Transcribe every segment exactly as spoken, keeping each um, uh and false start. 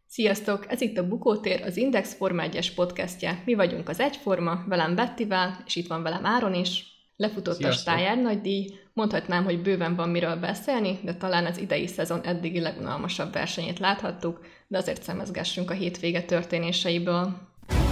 Sziasztok! Ez itt a Bukótér, az Index Forma egyes podcastje. Mi vagyunk az Egyforma, velem Bettivel, és itt van velem Áron is. Lefutott Sziasztok. A Steyer nagydíj, mondhatnám, hogy bőven van miről beszélni, de talán az idei szezon eddigi legunalmasabb versenyét láthattuk, de azért szemezgessünk a hétvége történéseiből.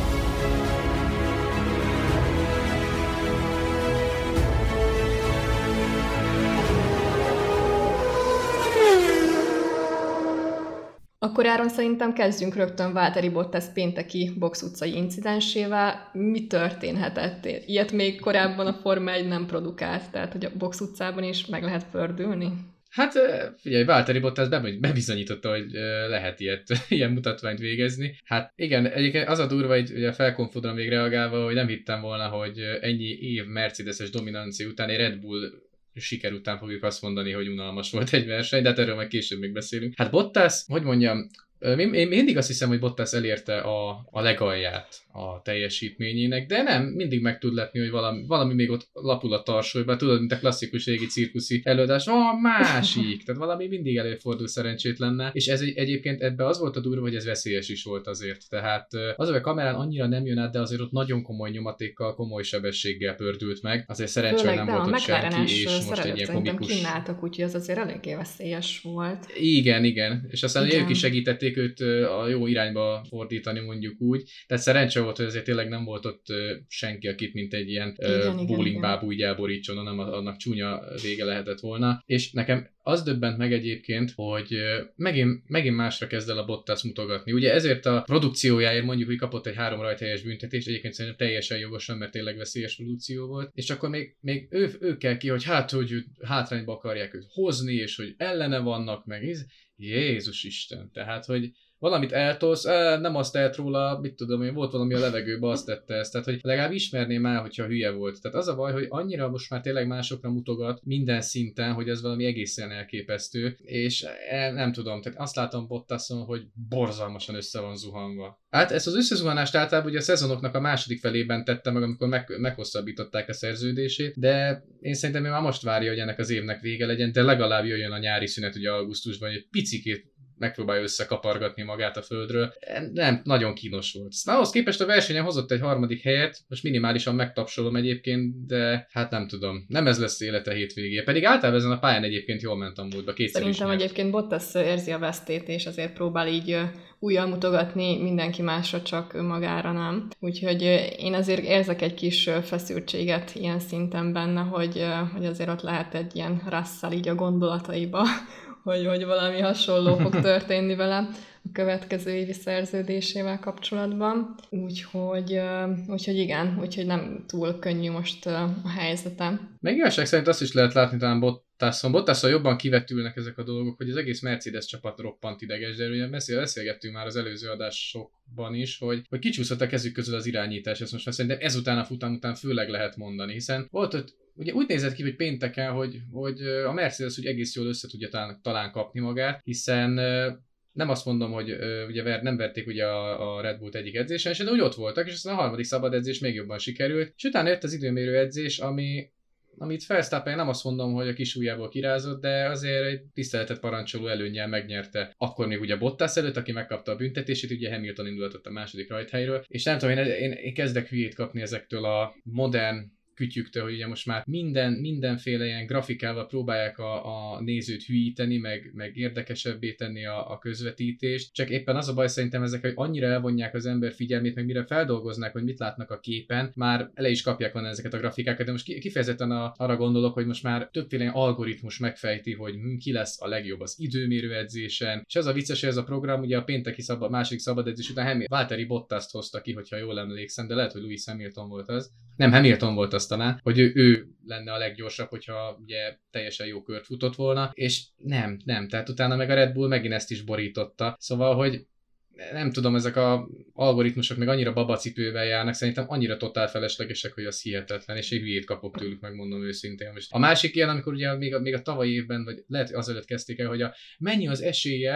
Akkor Áron, szerintem kezdjünk rögtön Valtteri Bottas pénteki box utcai incidensével. Mi történhetett? Ilyet még korábban a Forma egy nem produkált, tehát hogy a box utcában is meg lehet fördülni? Hát figyelj, Valtteri Bottas bebizonyította, hogy lehet ilyet, ilyen mutatványt végezni. Hát igen, egyébként az a durva, hogy ugye a felkonfodra még reagálva, hogy nem hittem volna, hogy ennyi év Mercedes-es dominancia után egy Red Bull siker után fogjuk azt mondani, hogy unalmas volt egy verseny, de hát erről meg később még beszélünk. Hát Bottas, hogy mondjam, én mindig azt hiszem, hogy Bottas elérte a, a legalját a teljesítményének, de nem, mindig meg tud lepni, hogy valami, valami még ott lapul a tarsolyban, tudod, mint a klasszikus régi cirkuszi előadás, a másik, tehát valami mindig előfordul szerencsétlenne, és ez egy, egyébként ebbe az volt a durva, hogy ez veszélyes is volt azért, tehát az, hogy a kamerán annyira nem jön át, de azért ott nagyon komoly nyomatékkal, komoly sebességgel pördült meg, azért szerencsére nem volt ott senki, és most egy ilyen komikus... kínáltak, úgyhogy az azért eléggé veszélyes volt. Igen, igen, és aztán igen. Ők is segítették őt a jó irányba fordítani, mondjuk úgy, tehát szerencsé volt, hogy azért tényleg nem volt ott senki, akit mint egy ilyen igen, bowlingbábú így elborítson, hanem annak csúnya vége lehetett volna. És nekem az döbbent meg egyébként, hogy megint, megint másra kezd el a Bottas mutogatni. Ugye ezért a produkciójáért mondjuk, hogy kapott egy három rajthelyes büntetést, egyébként szerintem teljesen jogosan, mert tényleg veszélyes produkció volt. És akkor még, még ő, ő kell ki, hogy hát, hogy hátrányba akarják őt hozni, és hogy ellene vannak meg. Jézus Isten, tehát, hogy valamit eltolsz, nem azt tett róla, mit tudom én, volt valami a levegőben, azt tette ezt, tehát hogy legalább ismerném el, hogyha hülye volt. Tehát az a baj, hogy annyira most már tényleg másokra mutogat minden szinten, hogy ez valami egészen elképesztő, és nem tudom, tehát azt látom Bottason, hogy borzalmasan össze van zuhanva. Hát ezt az összezuhanást általában ugye a szezonoknak a második felében tette meg, amikor meg, meghosszabbították a szerződését, de én szerintem ő már most várja, hogy ennek az évnek vége legyen, de legalább jöjjön a nyári szünet ugye augusztusban, hogy egy picikét megpróbálja összekapargatni magát a földről. Nem, nagyon kínos volt. Na, ahhoz képest a versenyen hozott egy harmadik helyet, most minimálisan megtapsolom egyébként, de hát nem tudom. Nem ez lesz élete hétvégéje. Pedig általában ezen a pályán egyébként jól ment a múltba. Kétszer is Szerintem egyébként Bottas érzi a vesztét, és azért próbál így újjal mutogatni mindenki másra, csak önmagára nem. Úgyhogy én azért érzek egy kis feszültséget ilyen szinten benne, hogy, hogy azért ott lehet egy ilyen Russell így a gondolataiba, hogy, hogy valami hasonló fog történni vele a következő évi szerződésével kapcsolatban. Úgyhogy, úgyhogy igen, úgyhogy nem túl könnyű most a helyzetem. Meg igazság szerint azt is lehet látni talán Bottason. Bottason jobban kivetülnek ezek a dolgok, hogy az egész Mercedes csapat roppant ideges, de ugye beszélgettünk már az előző adásokban is, hogy, hogy kicsúszott a kezük közül az irányítás, ezt most már szerintem ezután a futam után főleg lehet mondani, hiszen volt ott ugye úgy nézett ki, hogy pénteken, hogy, hogy a Mercedes úgy egész jól össze tudja talán, talán kapni magát, hiszen nem azt mondom, hogy ugye nem verték ugye a, a Red Bullt egyik edzésen, de úgy ott voltak, és aztán a harmadik szabad edzés még jobban sikerült, és utána jött az időmérő edzés, ami amit Verstappen nem azt mondom, hogy a kis ujjából kirázott, de azért egy tiszteletet parancsoló előnnyel megnyerte. Akkor még ugye Bottas előtt, aki megkapta a büntetését, ugye Hamilton indultott a második rajthelyről, és nem tudom, én, én, én kezdek hülyét kapni ezektől a modern kütyüktől, hogy ugye most már minden, mindenféle ilyen grafikával próbálják a, a nézőt hülyíteni, meg, meg érdekesebbé tenni a, a közvetítést. Csak éppen az a baj szerintem ezek, hogy annyira elvonják az ember figyelmét, meg mire feldolgoznák, hogy mit látnak a képen, már le is kapják volna ezeket a grafikákat, de most kifejezetten a, arra gondolok, hogy most már többféle algoritmus megfejti, hogy ki lesz a legjobb az időmérő edzésen, és az a vicces, hogy ez a program ugye a pénteki szabad, második szabad edzés után Valtteri Bottast hozta ki, hogyha jól emlékszem, de lehet, hogy Lewis Hamilton volt az. Nem, Hamilton volt az talán, hogy ő, ő lenne a leggyorsabb, hogyha ugye teljesen jó kört futott volna, és nem, nem, tehát utána meg a Red Bull megint ezt is borította. Szóval, hogy nem tudom, ezek a algoritmusok meg annyira babacipővel járnak, szerintem annyira totál feleslegesek, hogy az hihetetlen, és egy hülyét kapok tőlük, megmondom őszintén. Most a másik ilyen, amikor ugye még a, még a tavalyi évben, vagy lehet, hogy azelőtt kezdték el, hogy a, mennyi az esélye,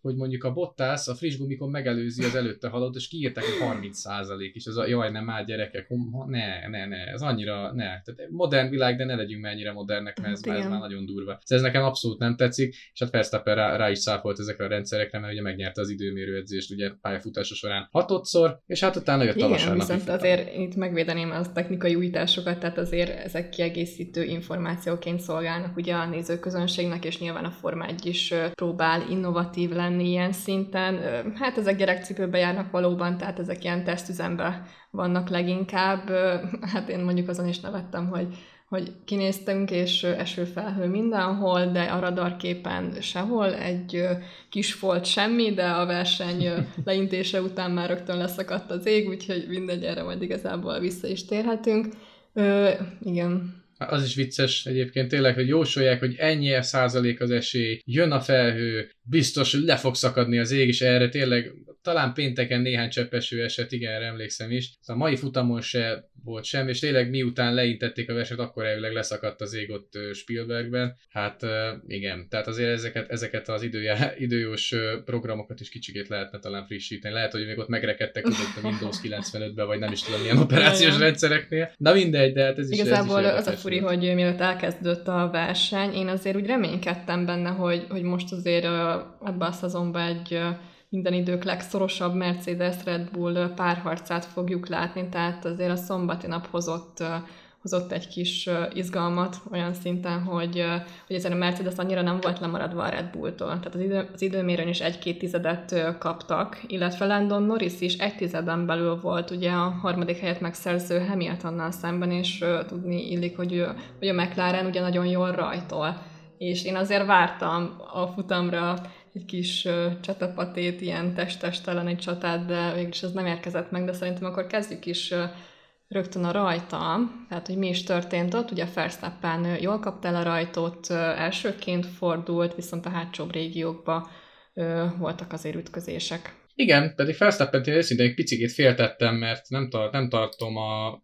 hogy mondjuk a Bottas a friss gumikon megelőzi az előtte haladót, és kiírták, hogy harminc százalék, és az a jaj, nem már gyerekek, ne, ne, ne, ez annyira, ne. Tehát modern világ, de ne legyünk már ennyire modernek, mert ez, már, ez már nagyon durva. Ez nekem abszolút nem tetszik, és hát Verstappen rá, rá is száfolt ezekre a rendszerekre, mert ugye megnyerte az időmérőedzést ugye pályafutása során hatodszor, és hát utána jött a vasárnapi viszont azért itt megvédeném az technikai újításokat, tehát azért ezek kiegészítő információként szolgálnak ugye a nézőközönségnek, és nyilván a Forma egy is próbál innovatív lenni ilyen szinten. Hát ezek gyerekcipőbe járnak valóban, tehát ezek ilyen tesztüzemben vannak leginkább. Hát én mondjuk azon is nevettem, hogy hogy kinéztünk, és esőfelhő mindenhol, de a radarképen sehol, egy kis folt semmi, de a verseny leintése után már rögtön leszakadt az ég, úgyhogy mindegy, erre majd igazából vissza is térhetünk. Ö, igen. Az is vicces egyébként tényleg, hogy jósolják, hogy ennyi százalék az esély, jön a felhő, biztos, hogy le fog szakadni az ég, és erre tényleg talán pénteken néhány cseppeső esett, igen, erre emlékszem is. A mai futamon se volt semmi, és tényleg miután leintették a versenyt, akkor elvileg leszakadt az ég ott Spielbergben. Hát igen, tehát azért ezeket, ezeket az időjá, időjós programokat is kicsikét lehetne talán frissíteni. Lehet, hogy még ott megrekedtek a Windows kilencvenötben, vagy nem is tudom milyen operációs rendszereknél. Na mindegy, de hát ez is igazából ez is az a furi, hogy mielőtt elkezdődött a verseny, én azért úgy reménykedtem benne, hogy, hogy most azért ebben a szezonban egy minden idők legszorosabb Mercedes Red Bull párharcát fogjuk látni, tehát azért a szombati nap hozott, hozott egy kis izgalmat olyan szinten, hogy, hogy ezen a Mercedes annyira nem volt lemaradva a Red Bulltól. Tehát az, idő, az időmérőn is egy-két tizedet kaptak, illetve Lando Norris is egy tizeden belül volt ugye a harmadik helyet megszerző Hamiltonnal szemben, és tudni illik, hogy, hogy a McLaren ugye nagyon jól rajtol. És én azért vártam a futamra egy kis uh, csatapatét, ilyen test-testelen egy csatát, de végülis ez nem érkezett meg, de szerintem akkor kezdjük is uh, rögtön a rajtam. Tehát, hogy mi is történt ott, ugye Verstappen uh, jól kapta el a rajtot, uh, elsőként fordult, viszont a hátsóbb régiókban uh, voltak azért ütközések. Igen, pedig Verstappent én őszintén egy picit féltettem, mert nem, tar- nem tartom a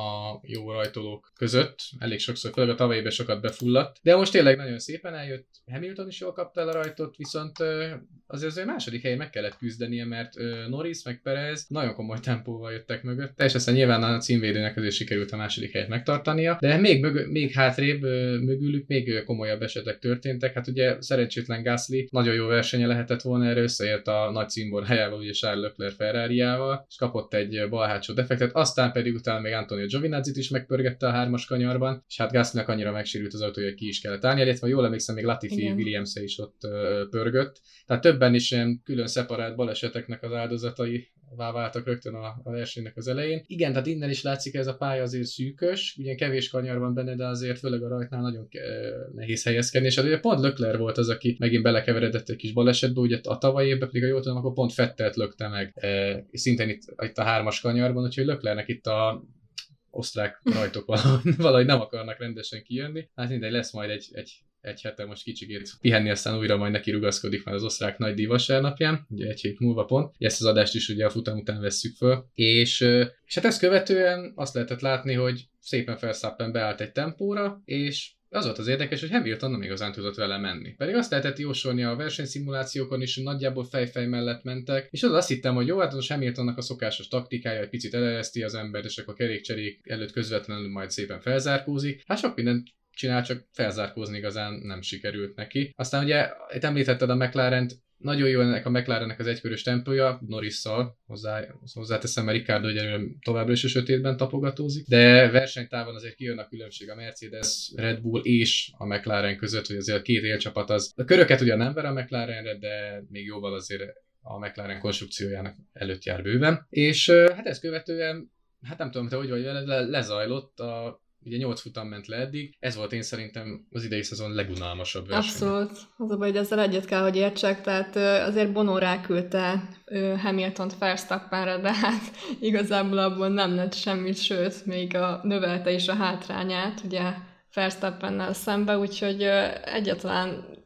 a jó rajtolók között. Elég sokszor, főleg a tavalyi évben sokat befulladt. De most tényleg nagyon szépen eljött. Hamilton is jól kapta el a rajtot, viszont azért az második helyen meg kellett küzdenie, mert Norris meg Perez nagyon komoly tempóval jöttek mögött. És aztán nyilván a címvédőnek azért sikerült a második helyet megtartania. De még, mög- még hátrébb mögülük még komolyabb esetek történtek. Hát ugye szerencsétlen Gasly nagyon jó versenye lehetett volna, erre összeért a nagy címbor helyával, ugye Charles Leclerc Ferrariával, és kapott egy bal hátsó defektet, aztán pedig utána még Antonio Giovinazzi-t is megpörgette a hármas kanyarban, és hát Gaslynak annyira megsérült az autó, hogy ki is kellett állni, illetve jól emlékszem, még Latifi Williams-e is ott ö, pörgött. Tehát többen is ilyen külön szeparált baleseteknek az áldozatai váltak rögtön a, a versenynek az elején. Igen, tehát innen is látszik, ez a pálya azért szűkös, ugye kevés kanyar van benne, de azért főleg a rajtnál nagyon nehéz helyezkedni, és hát ugye pont Leclerc volt az, aki megint belekeveredett egy kis balesetbe, ugye a tavalyi évben pedig, ha jól tudom, akkor pont Vettelt lökte meg e, szintén itt, itt a hármas kanyarban, úgyhogy Leclercnek itt a osztrák rajtok valahogy, valahogy nem akarnak rendesen kijönni. Hát mindegy, lesz majd egy, egy, egy hete most kicsikét pihenni, aztán újra majd neki rugaszkodik már az osztrák nagy díj vasárnapján, ugye egy hét múlva pont. Ezt az adást is ugye a futam után vesszük föl. És, és hát ezt követően azt lehetett látni, hogy szépen Verstappen beállt egy tempóra, és az volt az érdekes, hogy Hamilton nem igazán tudott vele menni. Pedig azt lehetett jósolni a versenyszimulációkon is, hogy nagyjából fejfej mellett mentek, és az azt hittem, hogy jó, hát az Hamiltonnak a szokásos taktikája, egy picit elereszti az ember, és akkor kerékcserék előtt közvetlenül majd szépen felzárkózik. Hát sok mindent csinál, csak felzárkózni igazán nem sikerült neki. Aztán ugye, itt említetted a McLarent, nagyon jó ennek a McLarennek az egykörös tempója, Norrisszal, hozzá, hozzáteszem, mert Ricciardo ugye továbbra is a sötétben tapogatózik, de versenytávon azért kijön a különbség a Mercedes, Red Bull és a McLaren között, hogy azért a két élcsapat az, a köröket ugye nem ver a McLarenre, de még jóval azért a McLaren konstrukciójának előtt jár bőven. És hát ezt követően, hát nem tudom, te hogy vagy vele, le, lezajlott a ugye nyolc futam ment le eddig, ez volt én szerintem az idei szezon legunalmasabb verseny. Abszolút. Az a baj, hogy ezzel egyet kell, hogy értsek, tehát azért Bono ráküldte Hamiltont Verstappenre, de hát igazából abból nem lett semmit, sőt, még a, növelte is a hátrányát, ugye Verstappennel szembe, úgyhogy egyáltalán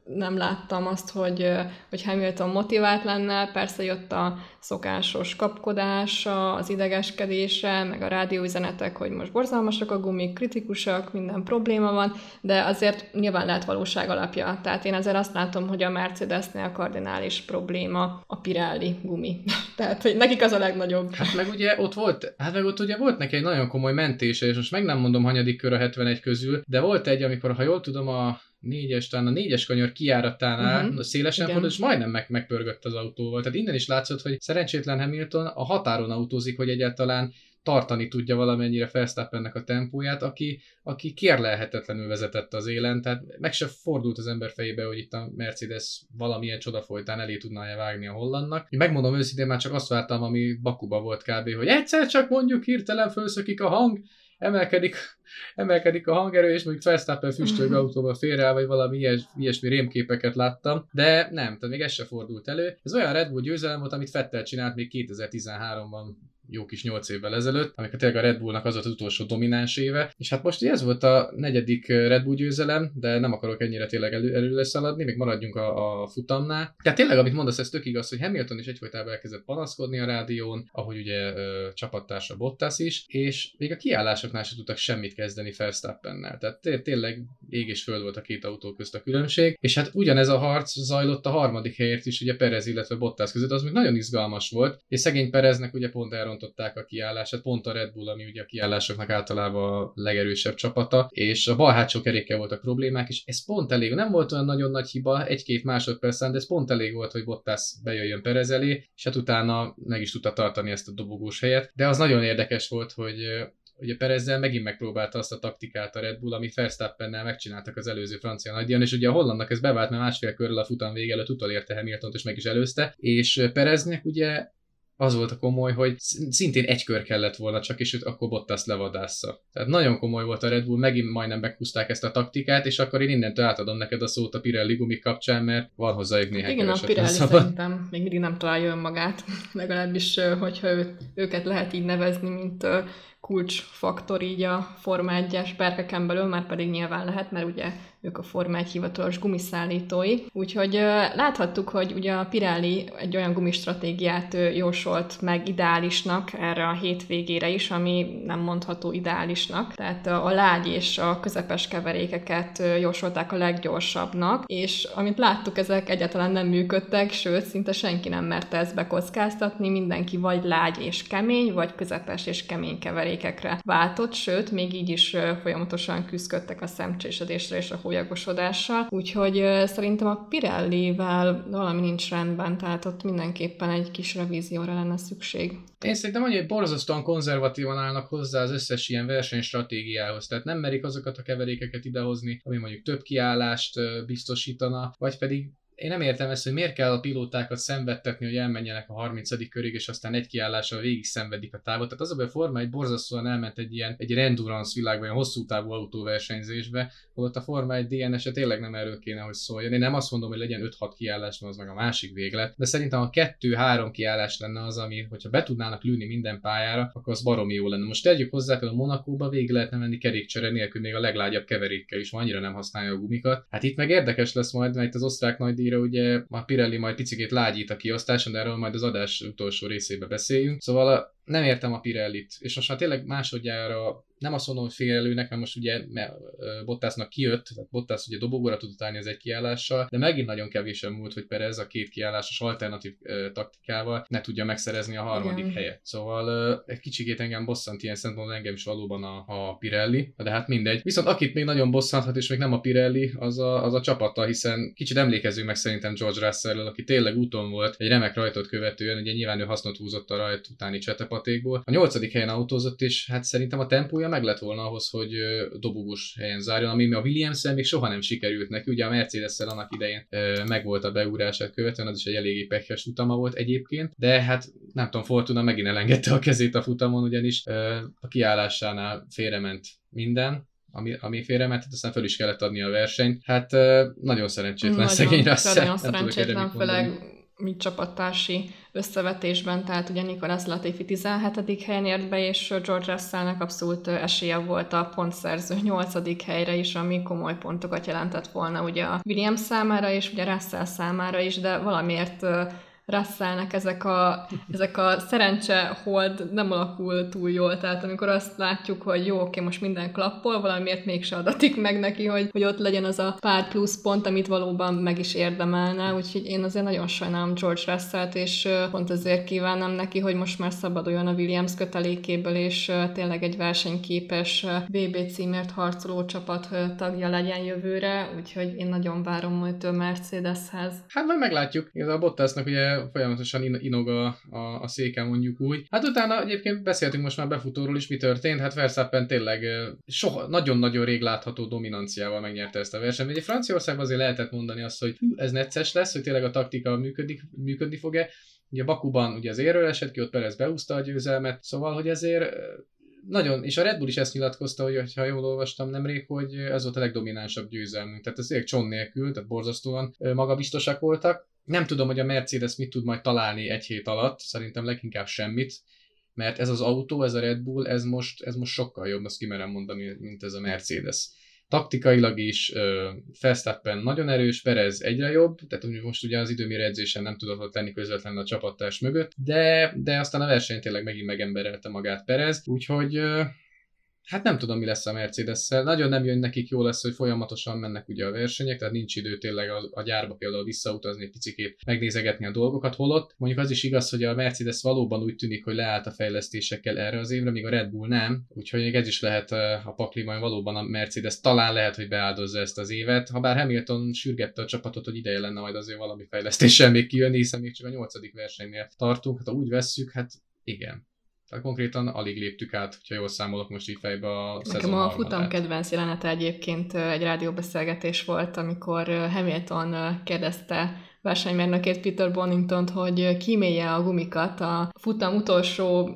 nem láttam azt, hogy, hogy Hamilton motivált lenne, persze jött a szokásos kapkodása, az idegeskedése, meg a rádióüzenetek, hogy most borzalmasak a gumik, kritikusak, minden probléma van, de azért nyilván lehet valóság alapja. Tehát én azért azt látom, hogy a Mercedesnél kardinális probléma a Pirelli gumi. Tehát, hogy nekik az a legnagyobb. Hát meg ugye ott volt, hát meg ott ugye volt neki egy nagyon komoly mentése, és most meg nem mondom hanyadik kör a hetvenegy közül, de volt egy, amikor, ha jól tudom, a négyes, talán a négyes kanyar kijáratánál uh-huh. szélesen fordult, és majdnem meg, megpörgött az autóval. Tehát innen is látszott, hogy szerencsétlen Hamilton a határon autózik, hogy egyáltalán tartani tudja valamennyire Verstappennek a tempóját, aki, aki kérlelhetetlenül vezetett az élen, tehát meg se fordult az ember fejébe, hogy itt a Mercedes valamilyen csoda folytán elé tudná vágni a hollandnak. Én megmondom őszintén, már csak azt vártam, ami Bakuba volt kb., hogy egyszer csak mondjuk hirtelen fölszökik a hang, emelkedik, emelkedik a hangerő, és mondjuk Verstappen füstölgő autóba félreáll, vagy valami ilyes, ilyesmi rémképeket láttam, de nem, tehát még ez se fordult elő. Ez olyan Red Bull győzelem volt, amit Vettel csinált még kétezer-tizenháromban, jó kis nyolc évvel ezelőtt, amikor tényleg a Red Bullnak az volt az utolsó domináns éve, és hát most ez volt a negyedik Red Bull győzelem, de nem akarok ennyire tényleg elő, előre szaladni, még maradjunk a, a futamnál. Tehát tényleg, amit mondasz, ez tök igaz, hogy Hamilton is egyfolytában elkezdett panaszkodni a rádión, ahogy ugye ö, csapattársa Bottas is, és még a kiállásoknál sem tudtak semmit kezdeni Verstappennel. Tehát té- tényleg ég és föld volt a két autó közt a különbség, és hát ugyanez a harc zajlott a harmadik helyért is, ugye Perez, illetve Bottas között, az még nagyon izgalmas volt, és szegény Pereznek ugye pont elrontották a kiállását, pont a Red Bull, ami ugye a kiállásoknak általában a legerősebb csapata, és a bal hátsó kerékkel voltak problémák, és ez pont elég, nem volt olyan nagyon nagy hiba, egy-két másodpercen, de ez pont elég volt, hogy Bottas bejöjjön Perez elé, és hát utána meg is tudta tartani ezt a dobogós helyet, de az nagyon érdekes volt, hogy ugye Perezzel megint megpróbálta azt a taktikát a Red Bull, amit Verstappennel megcsináltak az előző francia nagydíjon, és ugye a hollandnak ez bevált, mert másfél körrel a futam vége előtt utolérte Hamiltont, és meg is előzte, és Pereznek ugye az volt a komoly, hogy szintén egy kör kellett volna csak, és őt akkor Bottas levadásza. Tehát nagyon komoly volt a Red Bull, megint majdnem meghúzták ezt a taktikát, és akkor én innentől átadom neked a szót a Pirelli gumik kapcsán, mert van hozzájuk néhány igen, keveset. a Pirelli szerintem még mindig nem találja önmagát, legalábbis, hogyha őt, őket lehet így nevezni, mint kulcsfaktor így a Forma egyes berkeken belül, már pedig nyilván lehet, mert ugye ők a Forma egy hivatalos gumiszállítói. Úgyhogy láthattuk, hogy ugye a Pirelli egy olyan gumistratégiát jósolt meg ideálisnak erre a hétvégére is, ami nem mondható ideálisnak. Tehát a lágy és a közepes keverékeket jósolták a leggyorsabbnak, és amit láttuk, ezek egyáltalán nem működtek, sőt, szinte senki nem merte ezt bekockáztatni, mindenki vagy lágy és kemény, vagy közepes és kemény keverékekre váltott, sőt, még így is folyamatosan küzdöttek a szemcsésedésre és a hólyagosodással, úgyhogy uh, szerintem a Pirellivel valami nincs rendben, tehát ott mindenképpen egy kis revízióra lenne szükség. Én szerintem annyi, hogy borzasztóan konzervatívan állnak hozzá az összes ilyen versenystratégiához, tehát nem merik azokat a keverékeket idehozni, ami mondjuk több kiállást uh, biztosítana, vagy pedig én nem értem ezt, hogy miért kell a pilótákat szenvedtetni, hogy elmenjenek a harmincadik körig, és aztán egy kiállással végig szenvedik a távot. Tehát az a baj, a Forma egy borzasztóan elment egy ilyen egy endurance világban, olyan hosszú távú autóversenyzésbe, holott a Forma egy dé en es-e tényleg nem erről kéne, hogy szóljon. Én nem azt mondom, hogy legyen öt-hat kiállás, mert az meg a másik véglet, de szerintem a kettő-három kiállás lenne az, ami, hogyha be tudnának lőni minden pályára, akkor az baromi jó lenne. Most tegyük hozzá, hogy a Monacóba végig lehetne menni kerékcsere nélkül, még a leglágyabb keverékkel is, annyira nem használja a gumikat. Hát itt meg érdekes lesz majd, mert itt az osztrák nagydíjra ugye a Pirelli majd picikét lágyít a kiosztáson, de erről majd az adás utolsó részébe beszéljünk. Szóval nem értem a Pirellit, és most már tényleg másodjára nem azt mondom, hogy félelőnek, mert most ugye Bottasnak kijött, tehát Bottas ugye dobogóra tudott állni az egy kiállással, de megint nagyon kevésen múlt, hogy Perez a két kiállásos alternatív uh, taktikával ne tudja megszerezni a harmadik Igen. helyet. Szóval uh, egy kicsikét engem bosszant ilyen szempontból, engem is valóban a, a Pirelli, de hát mindegy. Viszont akit még nagyon bosszanthat, és még nem a Pirelli, az a, az a csapata, hiszen kicsit emlékezzünk meg szerintem George Russell-ről, aki tényleg úton volt egy remek rajtot követően, ugye nyilván ő hasznot húzott a rajt utáni csetepatékból. A nyolcadik helyen autózott, és hát szerintem a tempója meg lett volna ahhoz, hogy dobogós helyen zárjon, ami a Williams-szel még soha nem sikerült neki. Ugye a Mercedes-szel annak idején megvolt a beúrását követően, az is egy eléggé pekhes futama volt egyébként, de hát nem tudom, Fortuna megint elengedte a kezét a futamon, ugyanis a kiállásánál félrement minden, ami, ami félrement, aztán föl is kellett adni a versenyt. Hát nagyon szerencsétlen nagyon, szegény Russell. Nagyon szerencsétlen, főleg mi csapattársi összevetésben, tehát ugye Nicolas Latifi tizenhetedik helyen ért be, és George Russellnek abszolút esélye volt a pontszerző nyolcadik helyre is, ami komoly pontokat jelentett volna ugye a Williams számára, és ugye Russell számára is, de valamiért Russellnek ezek a, ezek a szerencse hold nem alakul túl jól, tehát amikor azt látjuk, hogy jó, oké, most minden klappol, valamiért mégse adatik meg neki, hogy, hogy ott legyen az a pár plusz pont, amit valóban meg is érdemelne, úgyhogy én azért nagyon sajnálom George Russellt, és pont ezért kívánom neki, hogy most már szabaduljon a Williams kötelékéből, és tényleg egy versenyképes vé bé címért harcoló csapat tagja legyen jövőre, úgyhogy én nagyon várom majd a Mercedeshez. Hát majd meglátjuk. Ez a Bottasnak ugye folyamatosan inog a, a, a széke, mondjuk úgy. Hát utána egyébként beszéltünk most már befutóról is, mi történt. Hát Verstappen tényleg soha, nagyon-nagyon rég látható dominanciával megnyerte ezt a versenyt. Ugye Franciaországban azért lehetett mondani azt, hogy hű, ez necces lesz, hogy tényleg a taktika működik, működni fog-e. Ugye Bakuban ugye az érről esett ki, ott Perez beúszta a győzelmet, szóval, hogy ezért nagyon, és a Red Bull is ezt nyilatkozta, hogy ha jól olvastam nemrég, hogy ez volt a legdominánsabb győzelmünk. Tehát ez tényleg cson nélkül, tehát borzasztóan magabiztosak voltak. Nem tudom, hogy a Mercedes mit tud majd találni egy hét alatt, szerintem leginkább semmit, mert ez az autó, ez a Red Bull, ez most, ez most sokkal jobb, azt kimerem mondani, mint ez a Mercedes. Taktikailag is Verstappen nagyon erős, Perez egyre jobb, tehát most ugye az időmérő edzésen nem tudott ott lenni közvetlenül a csapattárs mögött, de, de aztán a verseny tényleg megint megemberelte magát Perez, úgyhogy hát nem tudom, mi lesz a Mercedes-szel. Nagyon nem jön nekik, jó lesz, hogy folyamatosan mennek ugye a versenyek, tehát nincs idő tényleg a, a gyárba például visszautazni, egy picikét megnézegetni a dolgokat, holott. Mondjuk az is igaz, hogy a Mercedes valóban úgy tűnik, hogy leállt a fejlesztésekkel erre az évre, míg a Red Bull nem, úgyhogy még ez is lehet a pakli, majd valóban a Mercedes talán lehet, hogy beáldozza ezt az évet. Habár Hamilton sürgette a csapatot, hogy ideje lenne majd azért valami fejlesztéssel még kijönni, hiszen még csak a nyolcadik versenynél tartunk, hát ha úgy vesszük, hát igen. Tehát konkrétan alig léptük át, hogyha jól számolok most így fejbe a szezon Nekem a harmadát. futam kedvenc jelenete egyébként egy rádióbeszélgetés volt, amikor Hamilton kérdezte versenymérnökét, Peter Boningtont, hogy kímélje a gumikat a futam utolsó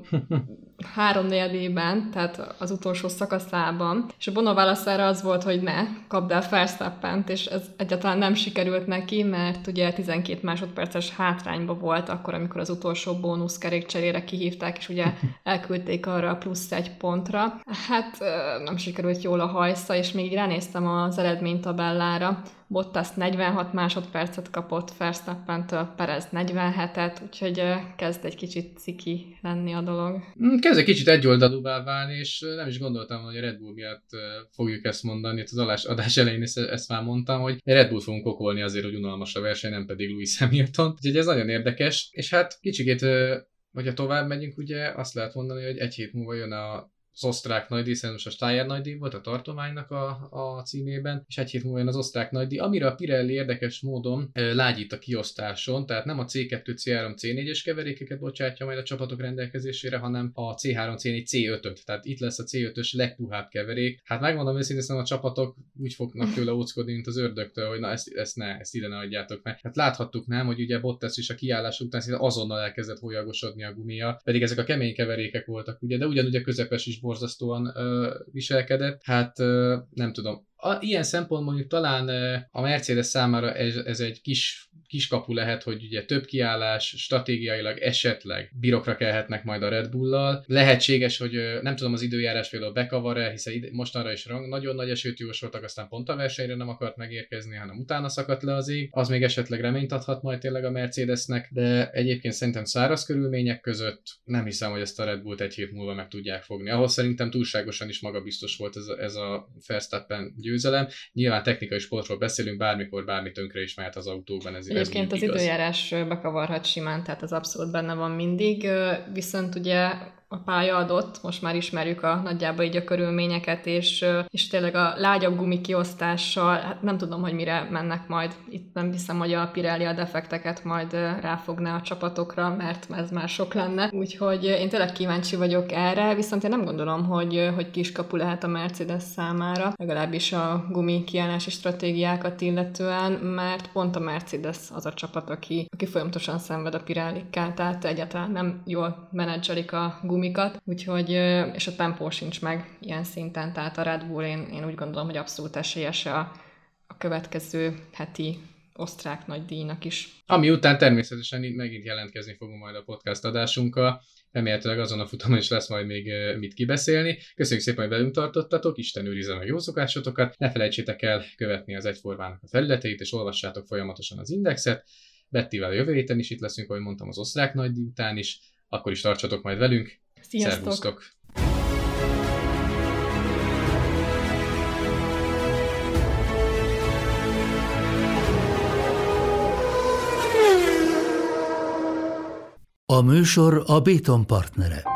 háromnegyedében, tehát az utolsó szakaszában, és a Bono válaszára az volt, hogy ne, kapd el Verstappent, és ez egyáltalán nem sikerült neki, mert ugye tizenkét másodperces hátrányba volt akkor, amikor az utolsó bónuszkerékcserére kihívták, és ugye elküldték arra a plusz egy pontra. Hát nem sikerült jól a hajsza, és még így ránéztem az eredménytabellára, Bottas negyvenhat másodpercet kapott, Verstappentől Perez negyvenhetet, úgyhogy kezd egy kicsit ciki lenni a dolog. Kezd egy kicsit egyoldalúvá válni, és nem is gondoltam, hogy a Red Bull miatt fogjuk ezt mondani. Itt az adás elején ezt, ezt már mondtam, hogy Red Bull fogunk okolni azért, hogy unalmas a verseny, nem pedig Lewis Hamilton. Úgyhogy ez nagyon érdekes, és hát kicsikét, hogyha tovább megyünk, ugye azt lehet mondani, hogy egy hét múlva jön a az osztrák nagydíj, hiszen most a Steyr nagydíj volt a tartománynak a, a címében, és egy hét múlva jön az osztrák nagydíj, amire a Pirelli érdekes módon e, lágyít a kiosztáson, tehát nem a cé kettő, cé három, cé négyes keverékeket bocsátja majd a csapatok rendelkezésére, hanem a cé három, cé négy, cé ötöt, tehát itt lesz a cé ötös legpuhább keverék. Hát megmondom őszintén, a csapatok úgy fognak tőle óckodni, mint az ördögtől, hogy na ezt, ezt ne, ezt ide ne adjátok meg. Hát láthattuk nem, hogy ugye Bottas is a kiállás után azonnal elkezdett hólyagosodni a gumia, pedig ezek a kemény keverékek voltak, ugye, de ugyanúgy a közepes is borzasztóan ö, viselkedett. Hát ö, nem tudom. A, ilyen szempontból mondjuk talán ö, a Mercedes számára ez, ez egy kis, kis kapu lehet, hogy ugye több kiállás, stratégiailag esetleg birokra kelhetnek majd a Red Bull-lal. Lehetséges, hogy ö, nem tudom az időjárás például bekavar-e, hiszen ide, mostanra is rang, nagyon nagy esőt jósoltak, aztán pont a versenyre nem akart megérkezni, hanem utána szakadt le az ég. Az még esetleg reményt adhat majd tényleg a Mercedesnek, de egyébként szerintem száraz körülmények között nem hiszem, hogy ezt a Red Bullt egy hét múlva meg tudják fogni. Ahhoz szerintem túlságosan is magabiztos volt ez a, ez a Verstappen győzelem. Nyilván technikai sportról beszélünk, bármikor bármi tönkre is mehet az autóban. Ez, Egyébként ez az időjárás bekavarhat simán, tehát az abszolút benne van mindig, viszont ugye a pálya adott, most már ismerjük a nagyjából így a körülményeket, és, és tényleg a lágyabb gumi kiosztással, hát nem tudom, hogy mire mennek majd. Itt nem hiszem, hogy a Pirelli a defekteket majd ráfogná a csapatokra, mert ez már sok lenne. Úgyhogy én tényleg kíváncsi vagyok erre, viszont én nem gondolom, hogy, hogy kiskapu lehet a Mercedes számára, legalábbis a gumi kiállási stratégiákat illetően, mert pont a Mercedes az a csapat, aki, aki folyamatosan szenved a Pirellikkel, tehát egyáltalán nem jól menedzselik a gumikat, úgyhogy, és a tempó sincs meg ilyen szinten, tehát a Red Bull én, én úgy gondolom, hogy abszolút esélyese a, a következő heti osztrák nagydíjnak is. Ami után természetesen megint jelentkezni fogunk majd a podcast adásunkkal, remélhetőleg azon a futamon is lesz majd még mit kibeszélni. Köszönjük szépen, hogy velünk tartottatok, Isten őrizze meg jó szokásotokat, ne felejtsétek el követni az Egyformának a felületeit, és olvassátok folyamatosan az Indexet. Bettivel a jövő héten is itt leszünk, ahogy mondtam, az osztrák nagydíj után is, akkor is tartsatok majd velünk. Sziasztok! Szervusztok! A műsor a Béton partnere.